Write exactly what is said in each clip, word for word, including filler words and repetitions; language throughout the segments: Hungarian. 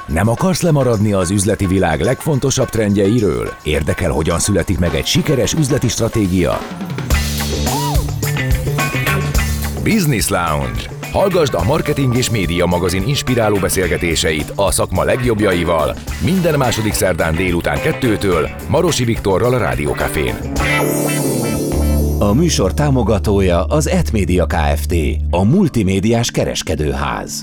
Nem akarsz lemaradni az üzleti világ legfontosabb trendjeiről? Érdekel, hogyan születik meg egy sikeres üzleti stratégia? Business Lounge. Hallgasd a Marketing és Média magazin inspiráló beszélgetéseit a szakma legjobbjaival minden második szerdán délután kettőtől Marosi Viktorral a Rádió Cafén. A műsor támogatója az Etmedia Kft., a multimédiás kereskedőház.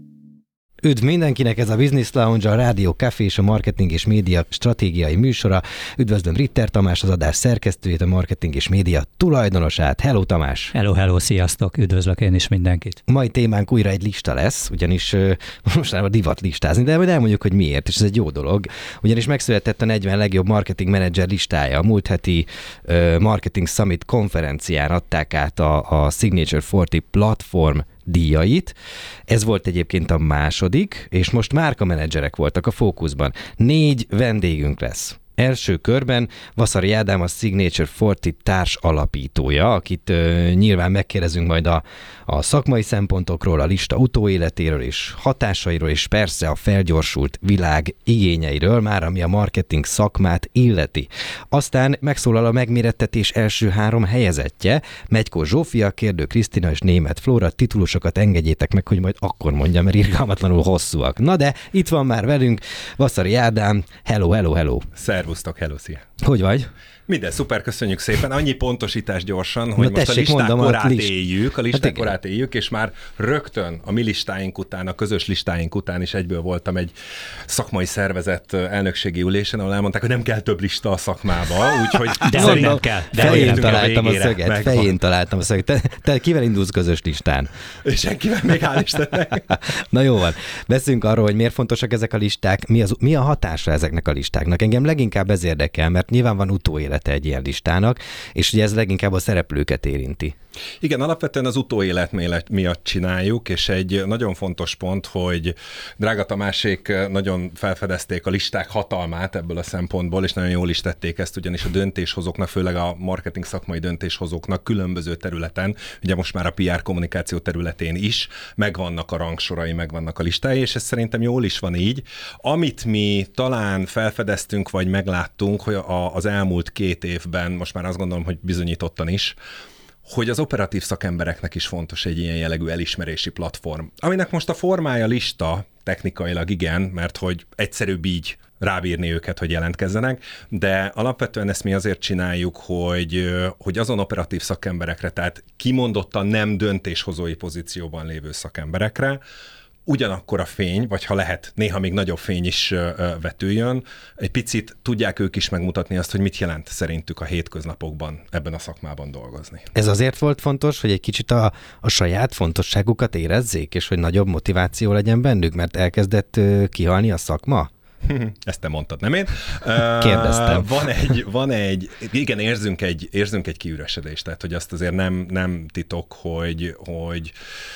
Üdv mindenkinek, ez a Business Lounge, a Rádió Café és a Marketing és Média stratégiai műsora. Üdvözlöm Ritter Tamás, az adás szerkesztőjét, a Marketing és Média tulajdonosát. Hello Tamás! Hello, hello, sziasztok! Üdvözlök én is mindenkit! Mai témánk újra egy lista lesz, ugyanis uh, most már divat listázni, de majd elmondjuk, hogy miért, és ez egy jó dolog. Ugyanis megszületett a negyven legjobb marketing menedzser listája. A múlt heti uh, Marketing Summit konferencián adták át a, a Signature negyven platform díjait. Ez volt egyébként a második, és most márkamenedzserek voltak a fókuszban. Négy vendégünk lesz. Első körben Vaszary Ádám, a Signature negyven társ alapítója, akit uh, nyilván megkérdezünk majd a, a szakmai szempontokról, a lista utóéletéről és hatásairól, és persze a felgyorsult világ igényeiről, már ami a marketing szakmát illeti. Aztán megszólal a megmérettetés első három helyezettje, Megykó Zsófia, Kérdő Krisztina és Németh Flóra. Titulusokat engedjétek meg, hogy majd akkor mondjam, mert irgalmatlanul hosszúak. Na de itt van már velünk Vaszary Ádám. Hello, hello, hello. Szervusztok, hello, szia! Hogy vagy? Minden szuper, köszönjük szépen. Annyi pontosítás gyorsan, hogy Na, most tessék, a listák mondom, korát a list... éljük, a listák hát korát éljük, és már rögtön a mi listáink után, a közös listáink után is egyből voltam egy szakmai szervezet elnökségi ülésen, ahol elmondták, hogy nem kell több lista a szakmába, úgyhogy de szerintem kell. De fején találtam a, a szöget, megvan. fején találtam a szöget. Te, te kivel indulsz közös listán? Senkivel, még hál' Istennek. Na jó van. Beszéljünk arról, hogy miért fontosak ezek a listák, mi, az, mi a hatása ezeknek a listáknak. Engem leginkább ez érdekel, mert nyilván van utóélete egy ilyen listának, és ugye ez leginkább a szereplőket érinti. Igen, alapvetően az utóélet miatt csináljuk, és egy nagyon fontos pont, hogy drága Tamásék nagyon felfedezték a listák hatalmát ebből a szempontból, és nagyon jól is tették ezt, ugyanis a döntéshozóknak, főleg a marketing szakmai döntéshozóknak különböző területen, ugye most már a pé er kommunikáció területén is megvannak a rangsorai, megvannak a listái, és ez szerintem jól is van így. Amit mi talán felfedeztünk, vagy megláttunk, hogy az elmúlt két évben, most már azt gondolom, hogy bizonyítottan is, hogy az operatív szakembereknek is fontos egy ilyen jellegű elismerési platform. Aminek most a formája lista, technikailag igen, mert hogy egyszerűbb így rábírni őket, hogy jelentkezzenek, de alapvetően ezt mi azért csináljuk, hogy, hogy azon operatív szakemberekre, tehát kimondottan nem döntéshozói pozícióban lévő szakemberekre, ugyanakkor a fény, vagy ha lehet, néha még nagyobb fény is vetüljön, egy picit tudják ők is megmutatni azt, hogy mit jelent szerintük a hétköznapokban ebben a szakmában dolgozni. Ez azért volt fontos, hogy egy kicsit a, a saját fontosságukat érezzék, és hogy nagyobb motiváció legyen bennük, mert elkezdett kihalni a szakma? Ezt te mondtad, nem én? Kérdeztem. Uh, van egy, van egy, igen, érzünk egy, érzünk egy kiüresedést, tehát hogy azt azért nem, nem titok, hogy, hogy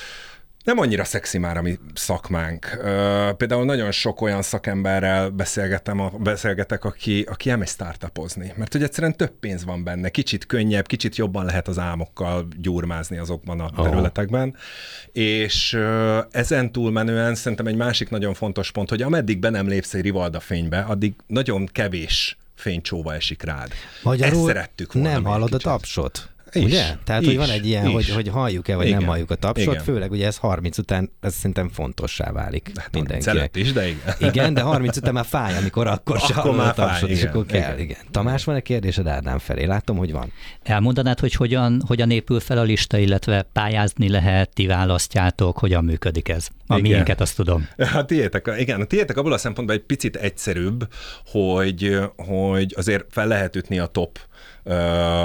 nem annyira szexi már a mi szakmánk. Uh, például nagyon sok olyan szakemberrel beszélgetem, a, beszélgetek, aki, aki elmegy startupozni, mert hogy egyszerűen több pénz van benne, kicsit könnyebb, kicsit jobban lehet az álmokkal gyurmázni azokban a területekben, oh. és uh, ezen túlmenően szerintem egy másik nagyon fontos pont, hogy ameddig be nem lépsz egy Rivalda fénybe, addig nagyon kevés fénycsóva esik rád. Magyarul ezt szerettük volna. Nem hallod kicsit. A tapsot? Is, ugye? Tehát, is, hogy van egy ilyen, hogy, hogy halljuk-e, vagy igen, nem halljuk a tapsot, igen. Főleg ugye ez harminc után, ez szerintem fontossá válik hát mindenkinek. is, de igen. Igen, de harminc után már fáj, amikor akkor se hallod a tapsot, és akkor kell. Igen. Igen. Tamás, van egy kérdésed Ádám felé? Látom, hogy van. Elmondanád, hogy hogyan, hogyan épül fel a lista, illetve pályázni lehet, ti választjátok, hogyan működik ez? A igen. miénket, azt tudom. A tiétek, igen, a tiétek abból a szempontból egy picit egyszerűbb, hogy, hogy azért fel lehet ütni a top Uh,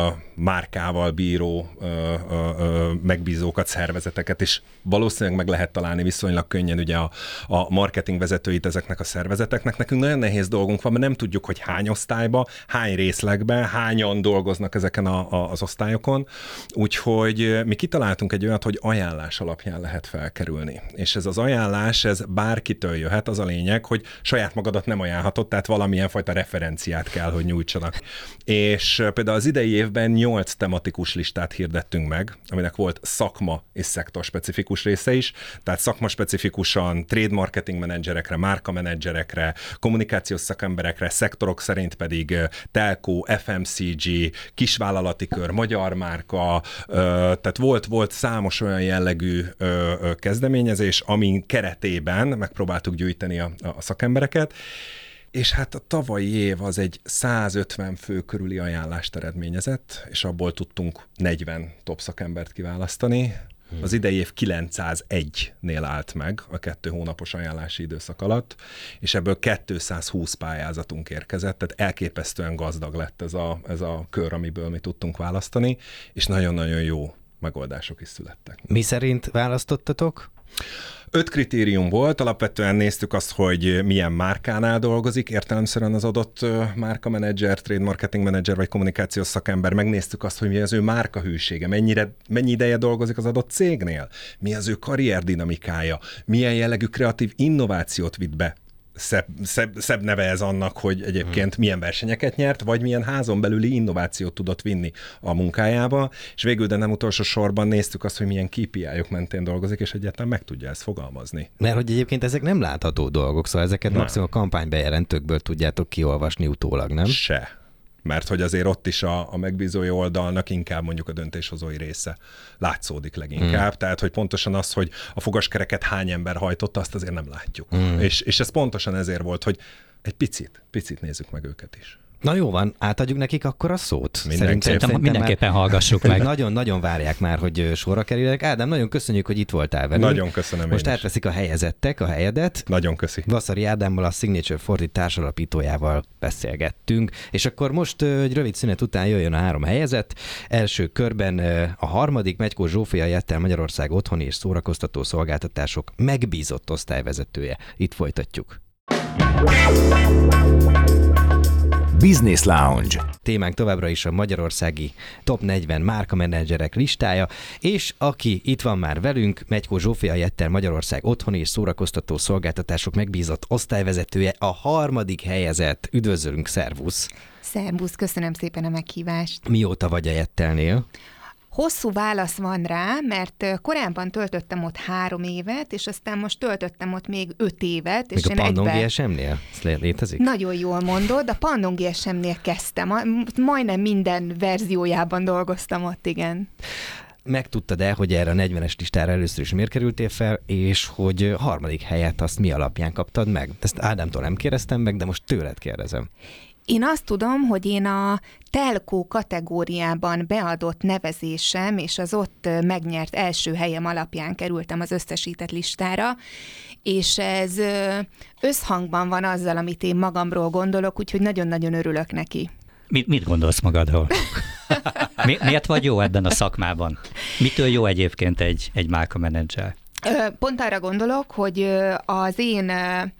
márkával bíró uh, uh, uh, megbízókat, szervezeteket, és valószínűleg meg lehet találni viszonylag könnyen ugye a, a marketing vezetőit ezeknek a szervezeteknek. Nekünk nagyon nehéz dolgunk van, mert nem tudjuk, hogy hány osztályba, hány részlegben, hányan dolgoznak ezeken a, a, az osztályokon, úgyhogy mi kitaláltunk egy olyat, hogy ajánlás alapján lehet felkerülni. És ez az ajánlás, ez bárkitől jöhet, az a lényeg, hogy saját magadat nem ajánlhatod, tehát valamilyen fajta referenciát kell, hogy nyújtsanak. És például az idei évben nyolc tematikus specifikus listát hirdettünk meg, aminek volt szakma és szektor specifikus része is, tehát szakma specifikusan trade marketing menedzserekre, márka menedzserekre, kommunikációs szakemberekre, szektorok szerint pedig telco, ef em cé gé, kisvállalati kör, magyar márka, tehát volt, volt számos olyan jellegű kezdeményezés, amin keretében megpróbáltuk gyűjteni a, a szakembereket, és hát a tavalyi év az egy százötven fő körüli ajánlást eredményezett, és abból tudtunk negyven top szakembert kiválasztani. Az idei év kilencszázegynél állt meg a kettő hónapos ajánlási időszak alatt, és ebből kétszázhúsz pályázatunk érkezett, tehát elképesztően gazdag lett ez a, ez a kör, amiből mi tudtunk választani, és nagyon-nagyon jó megoldások is születtek. Mi szerint választottatok? Öt kritérium volt, alapvetően néztük azt, hogy milyen márkánál dolgozik, értelemszerűen az adott márkamenedzser, trade marketing menedzser vagy kommunikációs szakember, megnéztük azt, hogy mi az ő márkahűsége, mennyire, mennyi ideje dolgozik az adott cégnél, mi az ő karrierdinamikája, milyen jellegű kreatív innovációt vitt be. Szebb, szebb, szebb neve ez annak, hogy egyébként milyen versenyeket nyert, vagy milyen házon belüli innovációt tudott vinni a munkájába, és végül, de nem utolsó sorban néztük azt, hogy milyen ká pé í-ok mentén dolgozik, és egyáltalán meg tudja ezt fogalmazni. Mert hogy egyébként ezek nem látható dolgok, szóval ezeket nem. Maximum a kampánybejelentőkből tudjátok kiolvasni utólag, nem? Se. Mert hogy azért ott is a, a megbízói oldalnak inkább mondjuk a döntéshozói része látszódik leginkább. Hmm. Tehát, hogy pontosan az, hogy a fogaskereket hány ember hajtotta, azt azért nem látjuk. Hmm. És, és ez pontosan ezért volt, hogy egy picit, picit nézzük meg őket is. Na jó van, átadjuk nekik akkor a szót. Szerintem, Szerintem mindenképpen már hallgassuk meg. Nagyon-nagyon várják már, hogy sorra kerüljenek. Ádám, nagyon köszönjük, hogy itt voltál velünk. Nagyon köszönöm. Most átveszik a helyezettek a helyedet. Nagyon köszi. Vaszary Ádámmal, a Signature Fordit társalapítójával beszélgettünk, és akkor most egy rövid szünet után jöjjön a három helyezett. Első körben a harmadik Megykó Zsófia Jettel Magyarország otthoni és szórakoztató szolgáltatások megbízott osztályvezetője. Itt folytatjuk. Business Lounge. Témánk továbbra is a magyarországi top negyven márkamenedzserek listája, és aki itt van már velünk, Megykó Zsófia Jettel Magyarország otthoni és szórakoztató szolgáltatások megbízott osztályvezetője, a harmadik helyezett. Üdvözlünk, szervusz! Szervusz, köszönöm szépen a meghívást! Mióta vagy a Jettelnél? Hosszú válasz van rá, mert korábban töltöttem ott három évet, és aztán most töltöttem ott még öt évet. Még és a én Pandon egybe... gé es em-nél? Ez létezik? Nagyon jól mondod, a Pandon gé es em-nél kezdtem. Majdnem minden verziójában dolgoztam ott, igen. Megtudtad-e, hogy erre a negyvenes listára először is miért kerültél fel, és hogy harmadik helyet azt mi alapján kaptad meg? Ezt Ádámtól nem kérdeztem meg, de most tőled kérdezem. Én azt tudom, hogy én a telco kategóriában beadott nevezésem és az ott megnyert első helyem alapján kerültem az összesített listára, és ez összhangban van azzal, amit én magamról gondolok, úgyhogy nagyon-nagyon örülök neki. Mit, mit gondolsz magadról? Mi, miért vagy jó ebben a szakmában? Mitől jó egyébként egy, egy márkamenedzser? Pont arra gondolok, hogy az én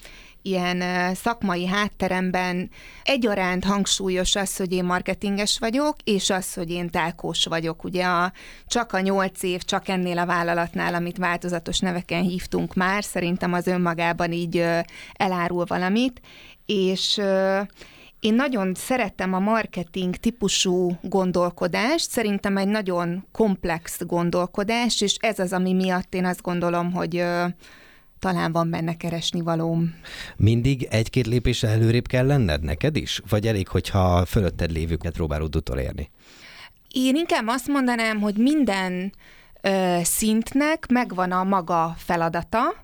ilyen szakmai hátteremben egyaránt hangsúlyos az, hogy én marketinges vagyok, és az, hogy én telkós vagyok. Ugye a, csak a nyolc év, csak ennél a vállalatnál, amit változatos neveken hívtunk már, szerintem az önmagában így elárul valamit, és én nagyon szerettem a marketing típusú gondolkodást, szerintem egy nagyon komplex gondolkodás, és ez az, ami miatt én azt gondolom, hogy talán van benne keresni valóm. Mindig egy-két lépésre előrébb kell lenned neked is? Vagy elég, hogyha fölötted lévőket próbálod utolérni? Én inkább azt mondanám, hogy minden ö, szintnek megvan a maga feladata,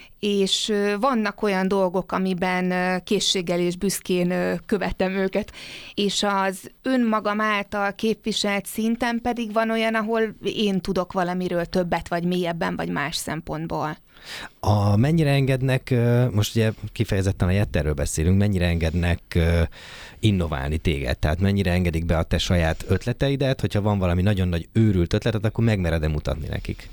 és vannak olyan dolgok, amiben készséggel és büszkén követem őket, és az önmagam által képviselt szinten pedig van olyan, ahol én tudok valamiről többet, vagy mélyebben, vagy más szempontból. A mennyire engednek, most ugye kifejezetten a Jettelről beszélünk, mennyire engednek innoválni téged? Tehát mennyire engedik be a te saját ötleteidet, hogyha van valami nagyon nagy őrült ötleted, akkor megmered-e mutatni nekik?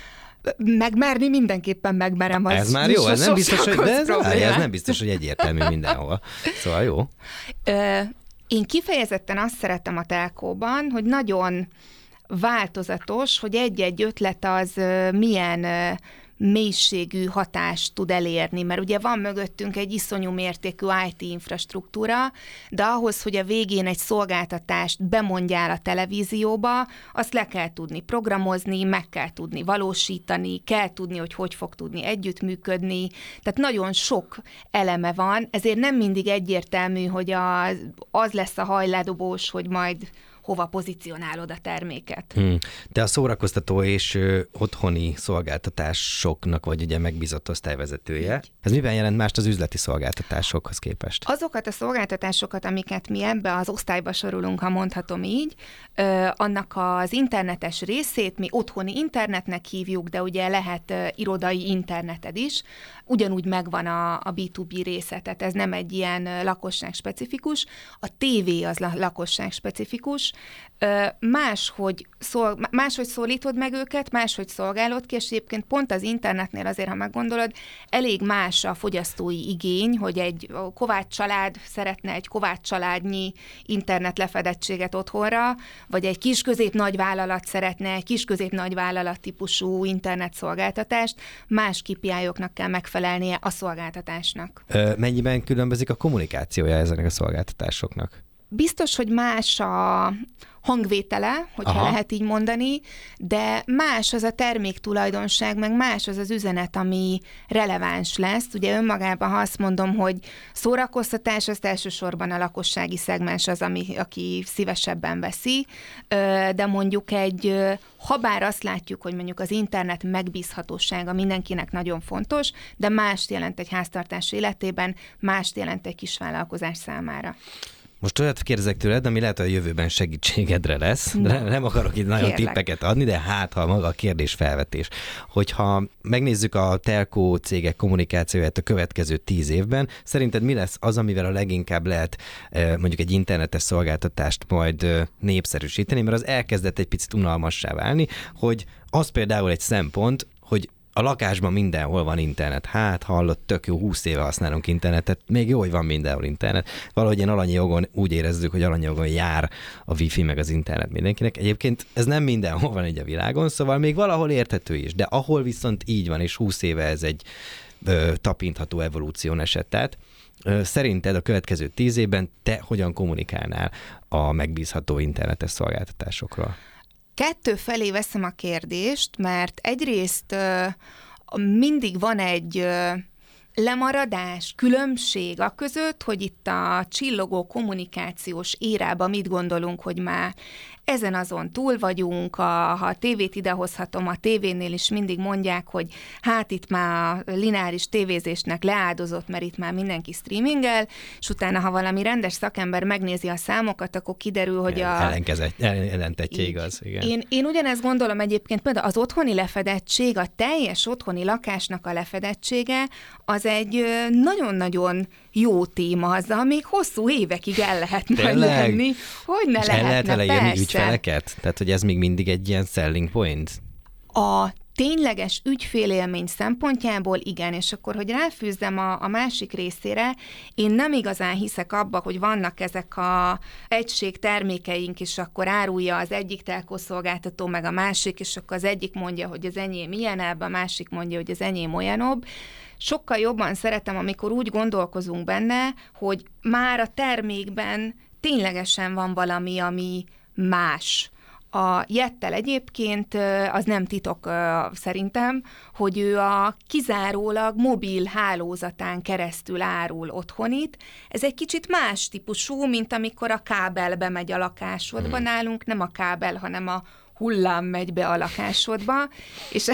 Megmerni mindenképpen megmerem. Az ez már jó, ez nem, biztos, hogy, de ez, ez nem biztos, hogy egyértelmű mindenhol. Szóval jó. Ö, én kifejezetten azt szeretem a telkóban, hogy nagyon változatos, hogy egy-egy ötlet az milyen mélységű hatást tud elérni, mert ugye van mögöttünk egy iszonyú mértékű i té infrastruktúra, de ahhoz, hogy a végén egy szolgáltatást bemondjál a televízióba, azt le kell tudni programozni, meg kell tudni valósítani, kell tudni, hogy hogy fog tudni együttműködni, tehát nagyon sok eleme van, ezért nem mindig egyértelmű, hogy az, az lesz a hajládobós, hogy majd hova pozícionálod a terméket. Hmm. Te a szórakoztató és ö, otthoni szolgáltatásoknak vagy ugye megbízott osztályvezetője. Ez miben jelent mást az üzleti szolgáltatásokhoz képest? Azokat a szolgáltatásokat, amiket mi ebbe az osztályba sorolunk, ha mondhatom így, ö, annak az internetes részét mi otthoni internetnek hívjuk, de ugye lehet ö, irodai interneted is, ugyanúgy megvan a, a bé kettő bé része, tehát ez nem egy ilyen ö, lakosság specifikus, a tévé az la, lakosság specifikus, máshogy, szól, máshogy szólítod meg őket, máshogy szolgálod ki, és egyébként pont az internetnél azért, ha meggondolod, elég más a fogyasztói igény, hogy egy Kovács család szeretne egy Kovács családnyi internet lefedettséget otthonra, vagy egy kis-közép-nagy vállalat szeretne egy kis-közép-nagy vállalat típusú internet szolgáltatást, más ká pé í-oknak kell megfelelnie a szolgáltatásnak. Mennyiben különbözik a kommunikációja ezeknek a szolgáltatásoknak? Biztos, hogy más a hangvétele, hogyha Aha. lehet így mondani, de más az a terméktulajdonság, meg más az az üzenet, ami releváns lesz. Ugye önmagában, ha azt mondom, hogy szórakoztatás, azt elsősorban a lakossági szegmens az, ami, aki szívesebben veszi, de mondjuk egy, habár azt látjuk, hogy mondjuk az internet megbízhatósága mindenkinek nagyon fontos, de mást jelent egy háztartás életében, mást jelent egy kisvállalkozás számára. Most olyat kérdezek tőled, ami lehet, hogy a jövőben segítségedre lesz. De nem akarok itt nagyon Kérlek. tippeket adni, de hát, ha maga a kérdés felvetés. Hogyha megnézzük a telkó cégek kommunikációját a következő tíz évben, szerinted mi lesz az, amivel a leginkább lehet mondjuk egy internetes szolgáltatást majd népszerűsíteni, mert az elkezdett egy picit unalmassá válni, hogy az például egy szempont, hogy a lakásban mindenhol van internet. Hát hallott, tök jó, húsz éve használunk internetet, még jó, hogy van mindenhol internet. Valahogy én alanyi jogon úgy érezzük, hogy alanyi jogon jár a wifi meg az internet mindenkinek. Egyébként ez nem mindenhol van így a világon, szóval még valahol érthető is, de ahol viszont így van, és húsz éve ez egy ö, tapintható evolúción esett. Tehát ö, szerinted a következő tíz évben te hogyan kommunikálnál a megbízható internetes szolgáltatásokról? Kettő felé veszem a kérdést, mert egyrészt mindig van egy lemaradás, különbség a között, hogy itt a csillogó kommunikációs érában mit gondolunk, hogy már ezen azon túl vagyunk, a, ha a tévét idehozhatom, a tévénél is mindig mondják, hogy hát itt már a lineáris tévézésnek leáldozott, mert itt már mindenki streamingel, és utána, ha valami rendes szakember megnézi a számokat, akkor kiderül, hogy a... Ellentetje, igaz. Igen. Én, én ugyanezt gondolom egyébként, például az otthoni lefedettség, a teljes otthoni lakásnak a lefedettsége, az egy nagyon-nagyon jó téma, azzal még hosszú évekig el lehet majd lenni. Hogy ne és lehetne, el lehet vele jönni persze. ügyfeleket? Tehát, hogy ez még mindig egy ilyen selling point? A tényleges ügyfélélmény szempontjából igen, és akkor, hogy ráfűzzem a, a másik részére, én nem igazán hiszek abba, hogy vannak ezek a egység termékeink, és akkor árulja az egyik telkószolgáltató, meg a másik, és akkor az egyik mondja, hogy az enyém ilyenebb, a másik mondja, hogy az enyém olyanabb. Sokkal jobban szeretem, amikor úgy gondolkozunk benne, hogy már a termékben ténylegesen van valami, ami más. A Jettel egyébként, az nem titok szerintem, hogy ő a kizárólag mobil hálózatán keresztül árul otthonit. Ez egy kicsit más típusú, mint amikor a kábel bemegy a lakásodba. Nálunk nem a kábel, hanem a hullám megy be a lakásodba, és,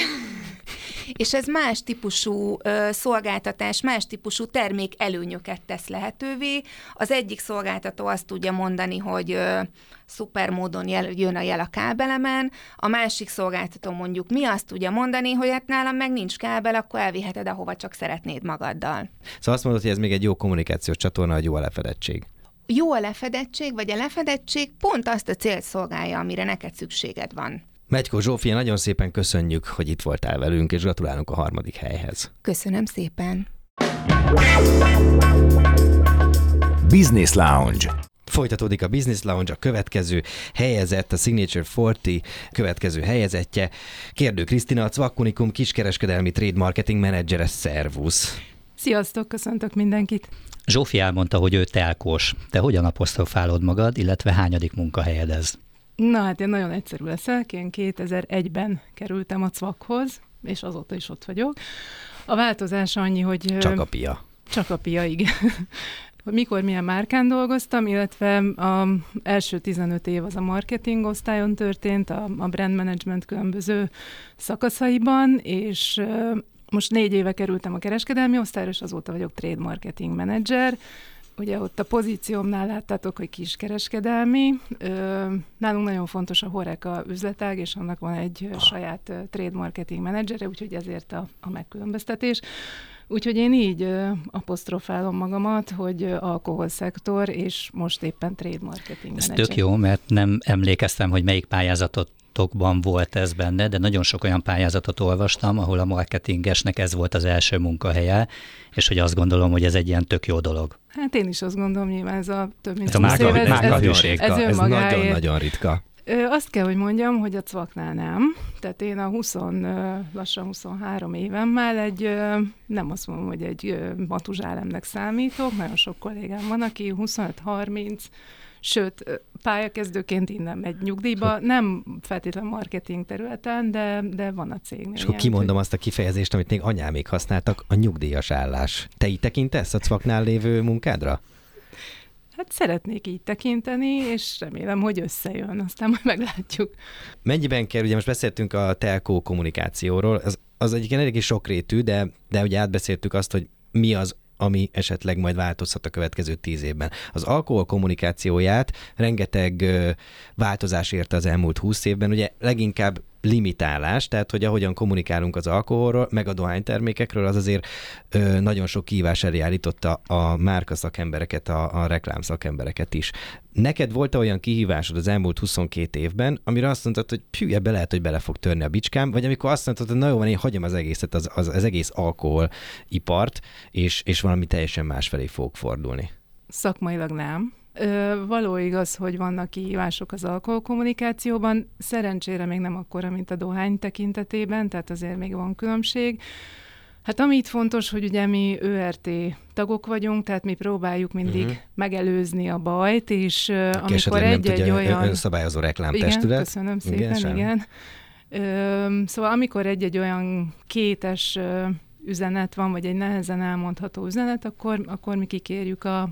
és ez más típusú ö, szolgáltatás, más típusú termék előnyöket tesz lehetővé. Az egyik szolgáltató azt tudja mondani, hogy ö, szuper módon jel, jön a jel a kábelemen, a másik szolgáltató mondjuk mi azt tudja mondani, hogy hát nálam meg nincs kábel, akkor elviheted, ahova csak szeretnéd magaddal. Szóval azt mondod, hogy ez még egy jó kommunikációs csatorna, hogy jó a lefedettség. Jó a lefedettség, vagy a lefedettség pont azt a célt szolgálja, amire neked szükséged van. Megykó Zsófia, nagyon szépen köszönjük, hogy itt voltál velünk, és gratulálunk a harmadik helyhez. Köszönöm szépen. Business Lounge. Folytatódik a Business Lounge, a következő helyezett, a Signature negyven következő helyezettje. Kérdő Krisztina, a Cvakkunikum kiskereskedelmi trade marketing menedzsere, szervusz! Sziasztok, köszöntök mindenkit! Zsófi elmondta, hogy ő telkós. Te hogyan apostrofálod magad, illetve hányadik munkahelyed ez? Na hát én nagyon egyszerű leszek, én kétezer-egyben kerültem a Cvakhoz, és azóta is ott vagyok. A változás annyi, hogy... Csak a pia. Csak a pia, igen. Mikor milyen márkán dolgoztam, illetve az első tizenöt év az a marketing osztályon történt, a, a brand management különböző szakaszaiban, és most négy éve kerültem a kereskedelmi osztályra, és azóta vagyok trade marketing manager. Ugye ott a pozíciómnál láttátok, hogy kiskereskedelmi. Nálunk nagyon fontos a HoReCa üzletág, és annak van egy saját trade marketing menedzsere, úgyhogy ezért a, a megkülönböztetés. Úgyhogy én így apostrofálom magamat, hogy alkoholszektor, és most éppen trade marketing Ez menedzser. tök jó, mert nem emlékeztem, hogy melyik pályázatokban volt ez benne, de nagyon sok olyan pályázatot olvastam, ahol a marketingesnek ez volt az első munkahelye, és hogy azt gondolom, hogy ez egy ilyen tök jó dolog. Hát én is azt gondolom, nyilván ez a több mint Ez a húsz év, ez, ez, ez, ez ez nagyon-nagyon ritka. Ö, azt kell, hogy mondjam, hogy a Cvaknál nem. Tehát én a húsz, lassan huszonhárom évemmel egy, nem azt mondom, hogy egy matuzsálemnek számítok, nagyon sok kollégám van, aki huszonöt-harminc, sőt, pályakezdőként innen megy nyugdíjba, nem feltétlenül marketing területen, de, de van a cégnél. És akkor kimondom azt a kifejezést, amit még anyámék használtak, a nyugdíjas állás. Te így tekintesz a Cvaknál lévő munkádra? Hát szeretnék így tekinteni, és remélem, hogy összejön, aztán majd meglátjuk. Mennyiben kell, ugye most beszéltünk a telkó kommunikációról, az, az egyébként eléggé sokrétű, de, de ugye átbeszéltük azt, hogy mi az, ami esetleg majd változhat a következő tíz évben. Az alkohol kommunikációját rengeteg ö, változás érte az elmúlt húsz évben, ugye leginkább limitálás, tehát hogy ahogyan kommunikálunk az alkoholról, meg a dohánytermékekről, az azért ö, nagyon sok kihívás elé állította a márka szakembereket, a, a reklám szakembereket is. Neked volt olyan kihívásod az elmúlt huszonkét évben, amire azt mondtad, hogy pű, ebbe lehet, hogy bele fog törni a bicskám, vagy amikor azt mondtad, hogy na jó van, én hagyom az egészet, az, az, az egész alkoholipart, és, és valami teljesen másfelé fogok fordulni? Szakmailag nem. Ö, való igaz, hogy vannak kihívások az alkoholkommunikációban, szerencsére még nem akkora, mint a dohány tekintetében, tehát azért még van különbség. Hát ami itt fontos, hogy ugye mi ö er té tagok vagyunk, tehát mi próbáljuk mindig uh-huh. megelőzni a bajt, és uh, amikor egy-egy olyan... önszabályozó reklámtestület. Igen, köszönöm szépen, igen. igen. Ö, szóval amikor egy-egy olyan kétes ö, üzenet van, vagy egy nehezen elmondható üzenet, akkor, akkor mi kikérjük a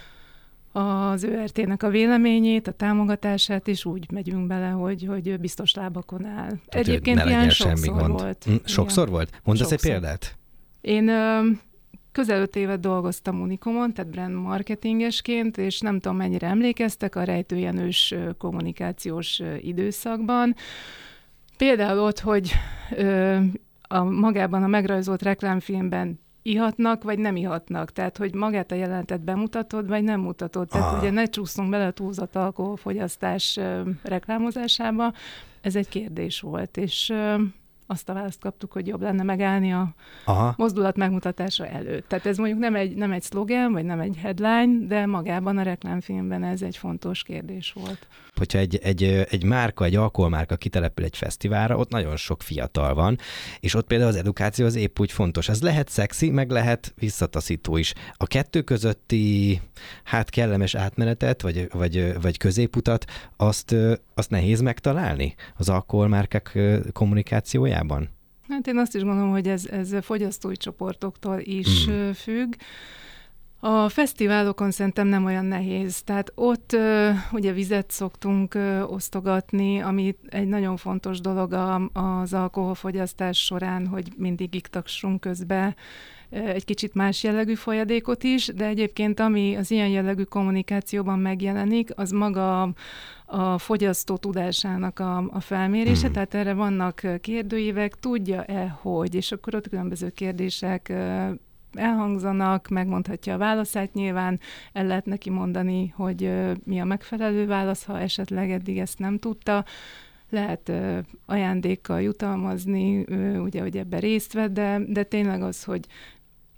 az ö er té-nek a véleményét, a támogatását, és úgy megyünk bele, hogy, hogy biztos lábakon áll. Tehát egyébként ilyen sokszor volt. Hm, sokszor igen. volt? Mondasz sokszor. Egy példát? Én ö, közel öt évet dolgoztam Unikomon, tehát brand marketingesként, és nem tudom, mennyire emlékeztek a rejtőjenős kommunikációs időszakban. Például ott, hogy ö, a, magában a megrajzolt reklámfilmben ihatnak, vagy nem ihatnak. Tehát, hogy magát a jelentet bemutatod, vagy nem mutatod. Tehát, ah. ugye ne csúszunk bele a túlzott alkoholfogyasztás ö, reklámozásába. Ez egy kérdés volt, és ö, azt a választ kaptuk, hogy jobb lenne megállni a Aha. mozdulat megmutatása előtt. Tehát ez mondjuk nem egy, nem egy szlogen, vagy nem egy headline, de magában a reklámfilmben ez egy fontos kérdés volt. Hogyha egy, egy, egy márka, egy alkoholmárka kitelepül egy fesztiválra, ott nagyon sok fiatal van, és ott például az edukáció az épp úgy fontos. Ez lehet szexi, meg lehet visszataszító is. A kettő közötti hát kellemes átmenetet, vagy, vagy, vagy középutat, azt, azt nehéz megtalálni az alkoholmárkák kommunikációjában? Hát én azt is gondolom, hogy ez, ez fogyasztói csoportoktól is mm. függ. A fesztiválokon szerintem nem olyan nehéz. Tehát ott uh, ugye vizet szoktunk uh, osztogatni, ami egy nagyon fontos dolog a, az alkoholfogyasztás során, hogy mindig iktassunk közbe uh, egy kicsit más jellegű folyadékot is, de egyébként ami az ilyen jellegű kommunikációban megjelenik, az maga a, a fogyasztó tudásának a, a felmérése, mm. tehát erre vannak kérdőívek, tudja-e, hogy, és akkor ott különböző kérdések uh, elhangzanak, megmondhatja a válaszát, nyilván el lehet neki mondani, hogy ö, mi a megfelelő válasz, ha esetleg eddig ezt nem tudta. Lehet ö, ajándékkal jutalmazni, ö, ugye, hogy ebben részt vett, de, de tényleg az, hogy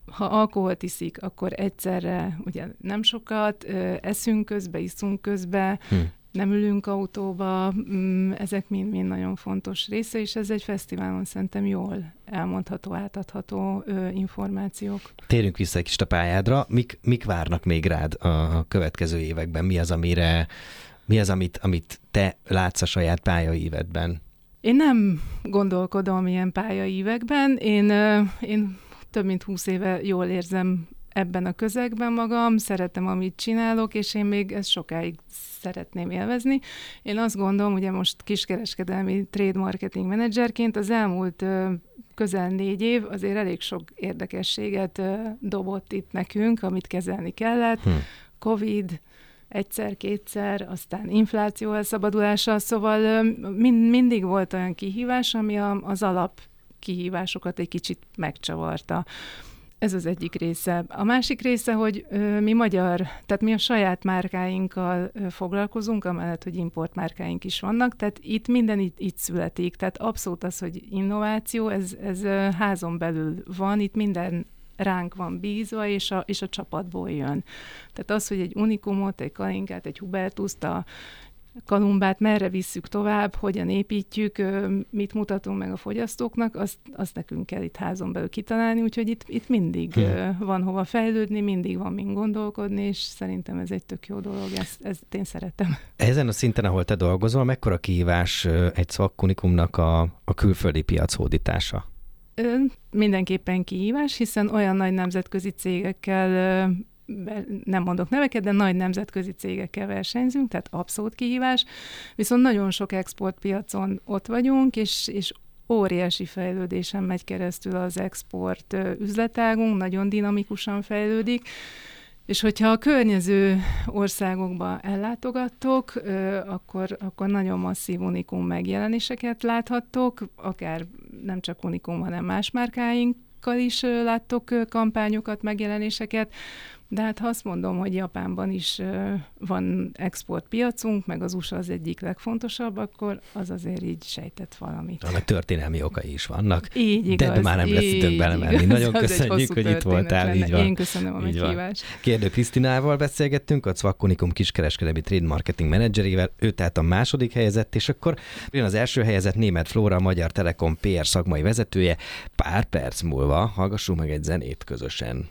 ha alkoholt iszik, akkor egyszerre ugye nem sokat, eszünk közbe, iszunk közbe, hm. nem ülünk autóba, ezek mind-mind nagyon fontos része, és ez egy fesztiválon szerintem jól elmondható, átadható információk. Térjünk vissza egy kis a pályádra. Mik, mik várnak még rád a következő években? Mi az, amire, mi az amit, amit te látsz a saját pályaívedben? Én nem gondolkodom ilyen pályaívekben. Én, én több mint húsz éve jól érzem ebben a közegben magam, szeretem, amit csinálok, és én még ezt sokáig szeretném élvezni. Én azt gondolom, ugye most kiskereskedelmi trade marketing menedzserként az elmúlt közel négy év azért elég sok érdekességet dobott itt nekünk, amit kezelni kellett. Hm. Covid, egyszer-kétszer, aztán infláció elszabadulása, szóval mind, mindig volt olyan kihívás, ami a, az alap kihívásokat egy kicsit megcsavarta. Ez az egyik része. A másik része, hogy ö, mi magyar, tehát mi a saját márkáinkkal ö, foglalkozunk, amellett, hogy importmárkáink is vannak, tehát itt minden itt, itt születik. Tehát abszolút az, hogy innováció, ez, ez ö, házon belül van, itt minden ránk van bízva, és a, és a csapatból jön. Tehát az, hogy egy Unikumot, egy Kalinkát, egy Hubertuszt, a Kalumbát merre visszük tovább, hogyan építjük, mit mutatunk meg a fogyasztóknak, azt, azt nekünk kell itt házon belül kitalálni, úgyhogy itt, itt mindig hmm. van hova fejlődni, mindig van mind gondolkodni, és szerintem ez egy tök jó dolog, ezt, ezt én szeretem. Ezen a szinten, ahol te dolgozol, mekkora kihívás egy Szakunikumnak a, a külföldi piac hódítása? Mindenképpen kihívás, hiszen olyan nagy nemzetközi cégekkel, nem mondok neveket, de nagy nemzetközi cégekkel versenyzünk, tehát abszolút kihívás, viszont nagyon sok exportpiacon ott vagyunk, és, és óriási fejlődésen megy keresztül az export üzletágunk, nagyon dinamikusan fejlődik, és hogyha a környező országokba ellátogattok, akkor, akkor nagyon masszív Unikum megjelenéseket láthattok, akár nem csak Unikum, hanem más márkáinkkal is láttok kampányokat, megjelenéseket, de hát ha azt mondom, hogy Japánban is van exportpiacunk, meg az u es á az egyik legfontosabb, akkor az azért így sejtett valamit. Annak történelmi okai is vannak. Így igaz. De már nem lesz időnk belemenni. Nagyon köszönjük, hogy itt voltál. Így van. Én köszönöm a meghívást. Kérdő Krisztinával beszélgettünk, a Szakunikum kiskereskedelmi trade marketing menedzserével, ő tehát a második helyezett, és akkor jön az első helyezett Németh Flóra, a Magyar Telekom pé er szakmai vezetője. Pár perc múlva hallgassunk meg egy zenét közösen.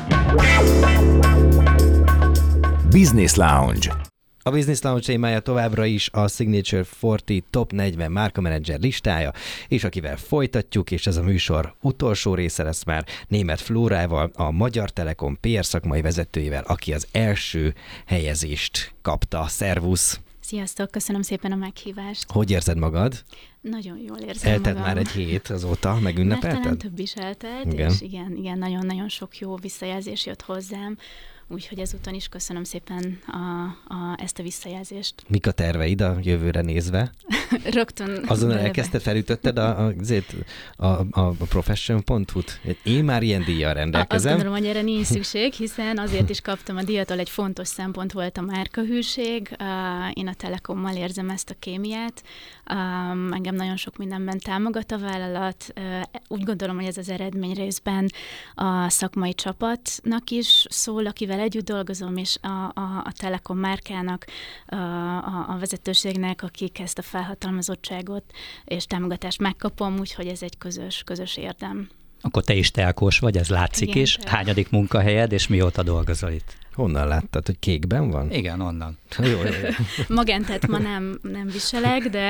Business Lounge. A Business Lounge témája továbbra is a Signature negyven Top negyven márkamenedzser listája, és akivel folytatjuk, és ez a műsor utolsó része lesz már, Németh Flórával, a Magyar Telekom pé er szakmai vezetőjével, aki az első helyezést kapta. Szervusz! Sziasztok, köszönöm szépen a meghívást. Hogy érzed magad? Nagyon jól érzem Eltelt magam. már egy hét azóta, megünnepelted? Már talán több is eltelt, igen. és igen, igen, nagyon-nagyon sok jó visszajelzés jött hozzám, úgyhogy ezúton is köszönöm szépen a, a, ezt a visszajelzést. Mik a terveid a jövőre nézve? Rögtön. Azon elkezdted, felütötted a, a, a, a profession pont hu-t? Én már ilyen díjjal rendelkezem. Azt gondolom, hogy erre nincs szükség, hiszen azért is kaptam a díjat, egy fontos szempont volt a márkahűség. Én a Telekommal érzem ezt a kémiát. Engem nagyon sok mindenben támogat a vállalat. Úgy gondolom, hogy ez az eredmény részben a szakmai csapatnak is szól, akivel együtt dolgozom, és a, a, a Telekom márkának, a, a, a vezetőségnek, akik ezt a felhatalmazottságot és támogatást megkapom, úgyhogy ez egy közös, közös érdem. Akkor te is telkós vagy, ez látszik igen, is. Te. Hányadik munkahelyed, és mióta dolgozol itt? Honnan láttad, hogy kékben van? Igen, onnan. Jó, jó. Magentet ma nem, nem viselek, de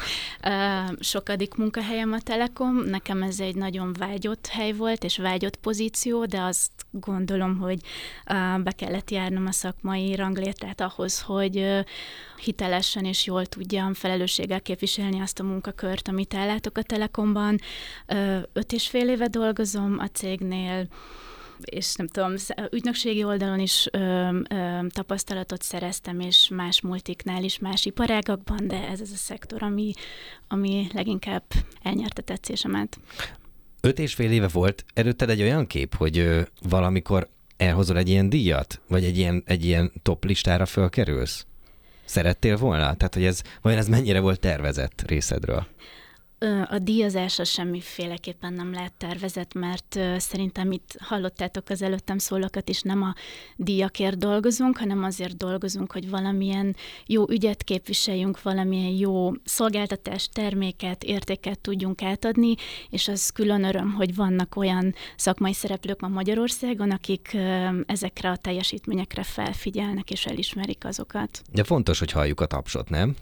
uh, sokadik munkahelyem a Telekom. Nekem ez egy nagyon vágyott hely volt, és vágyott pozíció, de azt gondolom, hogy uh, be kellett járnom a szakmai ranglétrát ahhoz, hogy uh, hitelesen és jól tudjam felelősséggel képviselni azt a munkakört, amit ellátok a Telekomban. Uh, öt és fél éve dolgozom a cégnél, és nem tudom, ügynökségi oldalon is ö, ö, tapasztalatot szereztem, és más multiknál is, más iparágakban, de ez az a szektor, ami, ami leginkább elnyerte tetszésemet. Öt és fél éve volt előtted egy olyan kép, hogy ö, valamikor elhozol egy ilyen díjat, vagy egy ilyen, egy ilyen top listára fölkerülsz? Szerettél volna? Tehát, hogy ez, vajon ez mennyire volt tervezett részedről? A díjazásra semmiféleképpen nem lehet tervezett, mert szerintem itt hallottátok az előttem szólókat is, nem a díjakért dolgozunk, hanem azért dolgozunk, hogy valamilyen jó ügyet képviseljünk, valamilyen jó szolgáltatást, terméket, értéket tudjunk átadni, és az külön öröm, hogy vannak olyan szakmai szereplők ma Magyarországon, akik ezekre a teljesítményekre felfigyelnek és elismerik azokat. De fontos, hogy halljuk a tapsot, nem?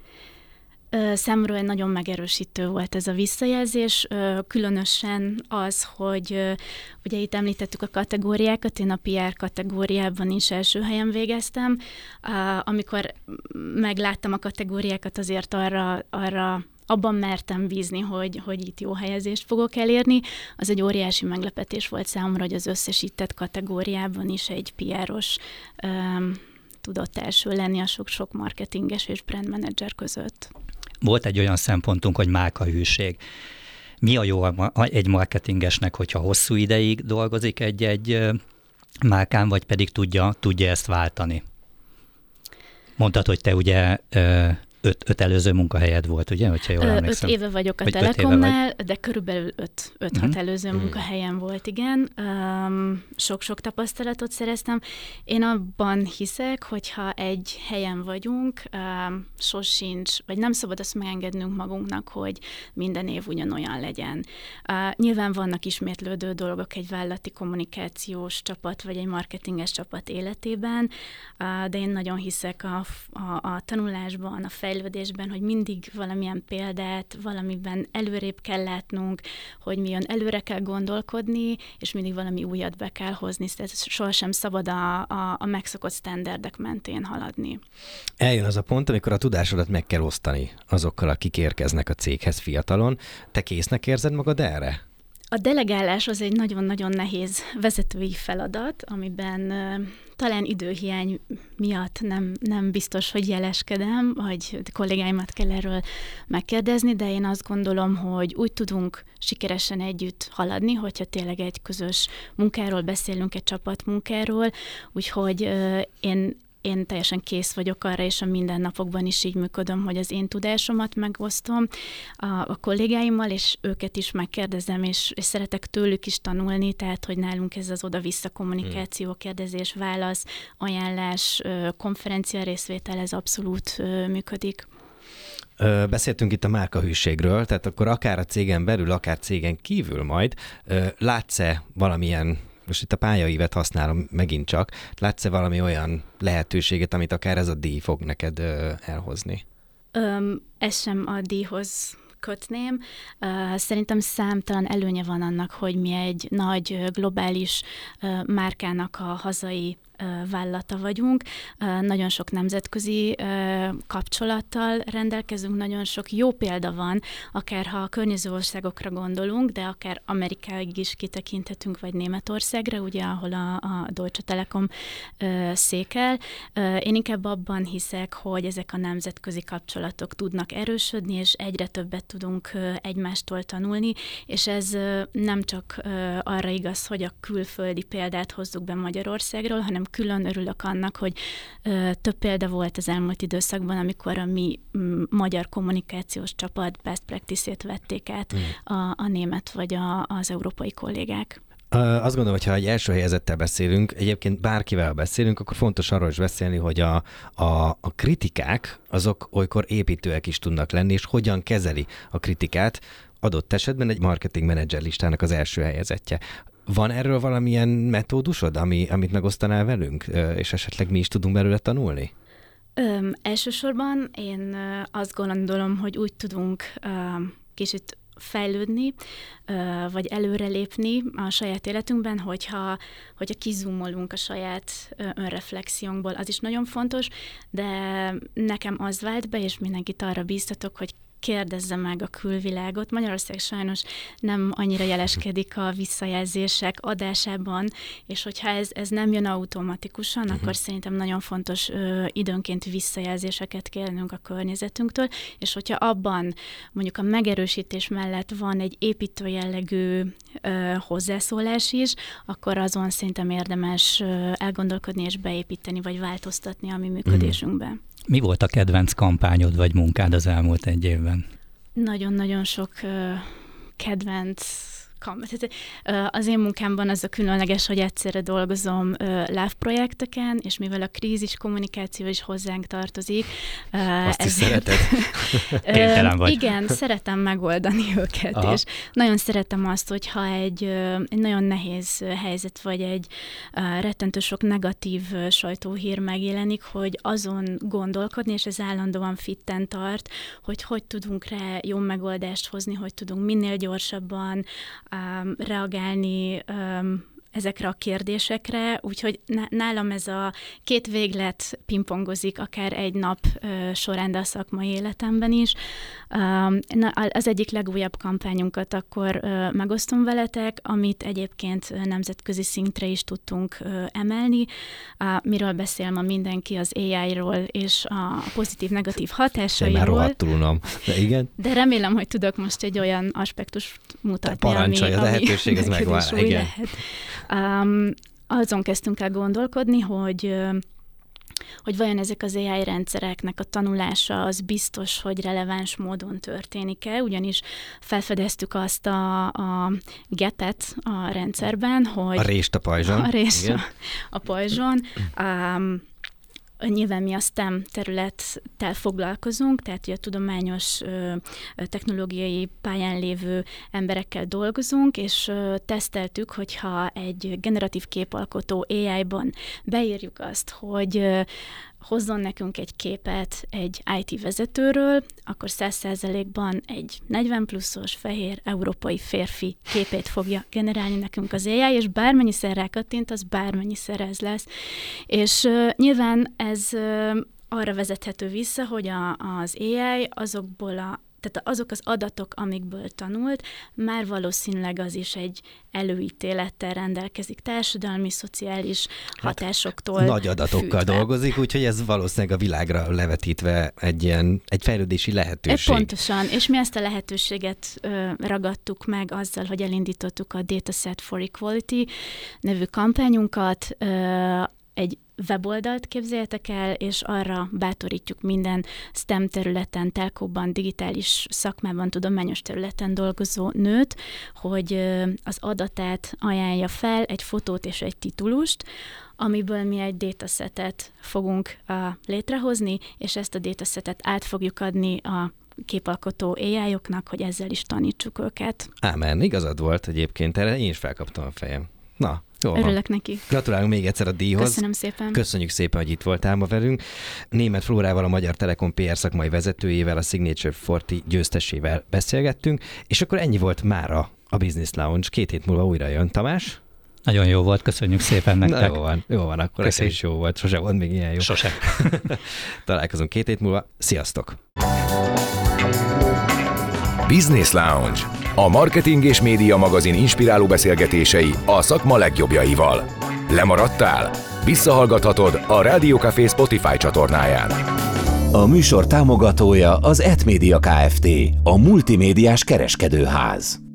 Számomra egy nagyon megerősítő volt ez a visszajelzés, különösen az, hogy ugye itt említettük a kategóriákat, én a pé er kategóriában is első helyen végeztem. Amikor megláttam a kategóriákat, azért arra, arra abban mertem bízni, hogy, hogy itt jó helyezést fogok elérni. Az egy óriási meglepetés volt számomra, hogy az összesített kategóriában is egy pé er-os um, tudott első lenni a sok-sok marketinges és brand manager között. Volt egy olyan szempontunk, hogy márkahűség. Mi a jó egy marketingesnek, hogyha hosszú ideig dolgozik egy-egy márkán, vagy pedig tudja, tudja ezt váltani? Mondtad, hogy te ugye öt, öt előző munkahelyed volt, ugye? Hogyha jól emlékszem. Öt éve vagyok a vagy Telekomnál, de körülbelül öt, öt uh-huh. hat előző uh-huh. munkahelyen volt, igen. Um, sok-sok tapasztalatot szereztem. Én abban hiszek, hogyha egy helyen vagyunk, um, sosincs, vagy nem szabad azt megengednünk magunknak, hogy minden év ugyanolyan legyen. Uh, nyilván vannak ismétlődő dolgok egy vállalati kommunikációs csapat, vagy egy marketinges csapat életében, uh, de én nagyon hiszek a, a, a tanulásban, a fejlődésben, fejlődésben, hogy mindig valamilyen példát, valamiben előrébb kell látnunk, hogy milyen előre kell gondolkodni, és mindig valami újat be kell hozni, tehát sohasem szabad a, a, a megszokott sztenderdek mentén haladni. Eljön az a pont, amikor a tudásodat meg kell osztani azokkal, akik érkeznek a céghez fiatalon. Te késznek érzed magad erre? A delegálás az egy nagyon-nagyon nehéz vezetői feladat, amiben uh, talán időhiány miatt nem, nem biztos, hogy jeleskedem, vagy kollégáimat kell erről megkérdezni, de én azt gondolom, hogy úgy tudunk sikeresen együtt haladni, hogyha tényleg egy közös munkáról beszélünk, egy csapatmunkáról, úgyhogy uh, én Én teljesen kész vagyok arra, és a mindennapokban is így működöm, hogy az én tudásomat megosztom a, a kollégáimmal, és őket is megkérdezem, és, és szeretek tőlük is tanulni, tehát, hogy nálunk ez az oda-vissza kommunikáció, kérdezés, válasz, ajánlás, konferencia részvétel, ez abszolút működik. Beszéltünk itt a márkahűségről, tehát akkor akár a cégen belül, akár cégen kívül majd, látsz-e valamilyen, most itt a pályaívet használom megint csak, látsz-e valami olyan lehetőséget, amit akár ez a díj fog neked ö, elhozni? Öm, ez sem a díjhoz kötném. Uh, szerintem számtalan előnye van annak, hogy mi egy nagy globális uh, márkának a hazai vállalata vagyunk. Nagyon sok nemzetközi kapcsolattal rendelkezünk, nagyon sok jó példa van, akár ha a környező országokra gondolunk, de akár Amerikáig is kitekinthetünk, vagy Németországra, ugye, ahol a, a Deutsche Telekom székel. Én inkább abban hiszek, hogy ezek a nemzetközi kapcsolatok tudnak erősödni, és egyre többet tudunk egymástól tanulni, és ez nem csak arra igaz, hogy a külföldi példát hozzuk be Magyarországról, hanem külön örülök annak, hogy ö, több példa volt az elmúlt időszakban, amikor a mi m, magyar kommunikációs csapat best practice-ét vették át mm. a, a német vagy a, az európai kollégák. Uh, azt gondolom, hogy ha egy első helyezettel beszélünk, egyébként bárkivel beszélünk, akkor fontos arról is beszélni, hogy a, a, a kritikák azok olykor építőek is tudnak lenni, és hogyan kezeli a kritikát adott esetben egy marketing menedzser listának az első helyezettje. Van erről valamilyen metódusod, ami, amit megosztanál velünk, és esetleg mi is tudunk belőle tanulni? Öm, elsősorban én azt gondolom, hogy úgy tudunk öm, kicsit fejlődni, vagy előrelépni a saját életünkben, hogyha, hogyha kizumolunk a saját önreflexiónkból. Az is nagyon fontos, de nekem az vált be, és mindenkit arra bíztatok, hogy kérdezze meg a külvilágot. Magyarország sajnos nem annyira jeleskedik a visszajelzések adásában, és hogyha ez, ez nem jön automatikusan, uh-huh. akkor szerintem nagyon fontos ö, időnként visszajelzéseket kérnünk a környezetünktől, és hogyha abban mondjuk a megerősítés mellett van egy építő jellegű ö, hozzászólás is, akkor azon szerintem érdemes ö, elgondolkodni és beépíteni, vagy változtatni a mi működésünkbe. Uh-huh. Mi volt a kedvenc kampányod vagy munkád az elmúlt egy évben? nagyon-nagyon sok uh, kedvenc kam- Az én munkámban az a különleges, hogy egyszerre dolgozom live projekteken, és mivel a krízis kommunikáció is hozzánk tartozik. Azt is szereted? Kénytelen vagy. Igen, szeretem megoldani őket, Aha. és nagyon szeretem azt, hogyha egy, egy nagyon nehéz helyzet, vagy egy rettentő sok negatív sajtóhír megjelenik, hogy azon gondolkodni, és ez állandóan fitten tart, hogy hogy tudunk rá jó megoldást hozni, hogy tudunk minél gyorsabban Um, reagálni um, ezekre a kérdésekre, úgyhogy nálam ez a két véglet pingpongozik akár egy nap uh, során, de a szakmai életemben is. Um, na, az egyik legújabb kampányunkat akkor uh, megosztom veletek, amit egyébként nemzetközi szintre is tudtunk uh, emelni. Uh, miről beszél ma mindenki? Az á í-ról és a pozitív-negatív hatásairól. Én már rohadtul unom. De igen. De remélem, hogy tudok most egy olyan aspektust mutatni, parancsolj, ami, a lehetőség az megvan. Igen. Lehet. Um, azon kezdtünk el gondolkodni, hogy, hogy vajon ezek az á í rendszereknek a tanulása az biztos, hogy releváns módon történik-e, ugyanis felfedeztük azt a, a gapet a rendszerben, hogy... A rést a pajzson. A rést a, a pajzson. Um, Nyilván mi a STEM területtel foglalkozunk, tehát hogy a tudományos, technológiai pályán lévő emberekkel dolgozunk, és teszteltük, hogyha egy generatív képalkotó á í-ban beírjuk azt, hogy hozzon nekünk egy képet egy í té vezetőről, akkor száz százalékban egy negyven pluszos, fehér, európai férfi képét fogja generálni nekünk az á í, és bármennyiszer rákattint, az bármennyiszer ez lesz. És uh, nyilván ez uh, arra vezethető vissza, hogy a, az á í azokból a tehát azok az adatok, amikből tanult, már valószínűleg az is egy előítélettel rendelkezik, társadalmi, szociális hatásoktól hát, nagy adatokkal függve. dolgozik, úgyhogy ez valószínűleg a világra levetítve egy ilyen, egy fejlődési lehetőség. Pontosan, és mi ezt a lehetőséget ö, ragadtuk meg azzal, hogy elindítottuk a Dataset for Equality nevű kampányunkat, ö, egy weboldalt képzeljetek el, és arra bátorítjuk minden STEM területen, telkóban, digitális szakmában, tudományos területen dolgozó nőt, hogy az adatát ajánlja fel, egy fotót és egy titulust, amiből mi egy datasetet fogunk uh, létrehozni, és ezt a datasetet át fogjuk adni a képalkotó á í-oknak, hogy ezzel is tanítsuk őket. Ámen, igazad volt egyébként, erre én is felkaptam a fejem. Na, jó van. Örülök neki. Gratulálunk még egyszer a díjhoz. Köszönöm szépen. Köszönjük szépen, hogy itt voltál ma velünk. Németh Flórával, a Magyar Telekom pé er szakmai vezetőjével, a Signature negyven győztesével beszélgettünk, és akkor ennyi volt mára a Business Lounge. Két hét múlva újra jön. Tamás? Nagyon jó volt, köszönjük szépen nektek. Na, jó van, jó van, akkor ez is jó volt. Sose volt még ilyen jó. Sose. Találkozunk két hét múlva. Sziasztok! Business Lounge, a marketing és média magazin inspiráló beszélgetései a szakma legjobbjaival. Lemaradtál? Visszahallgathatod a Rádió Café Spotify csatornáján. A műsor támogatója az Etmedia Kft., a multimédiás kereskedőház.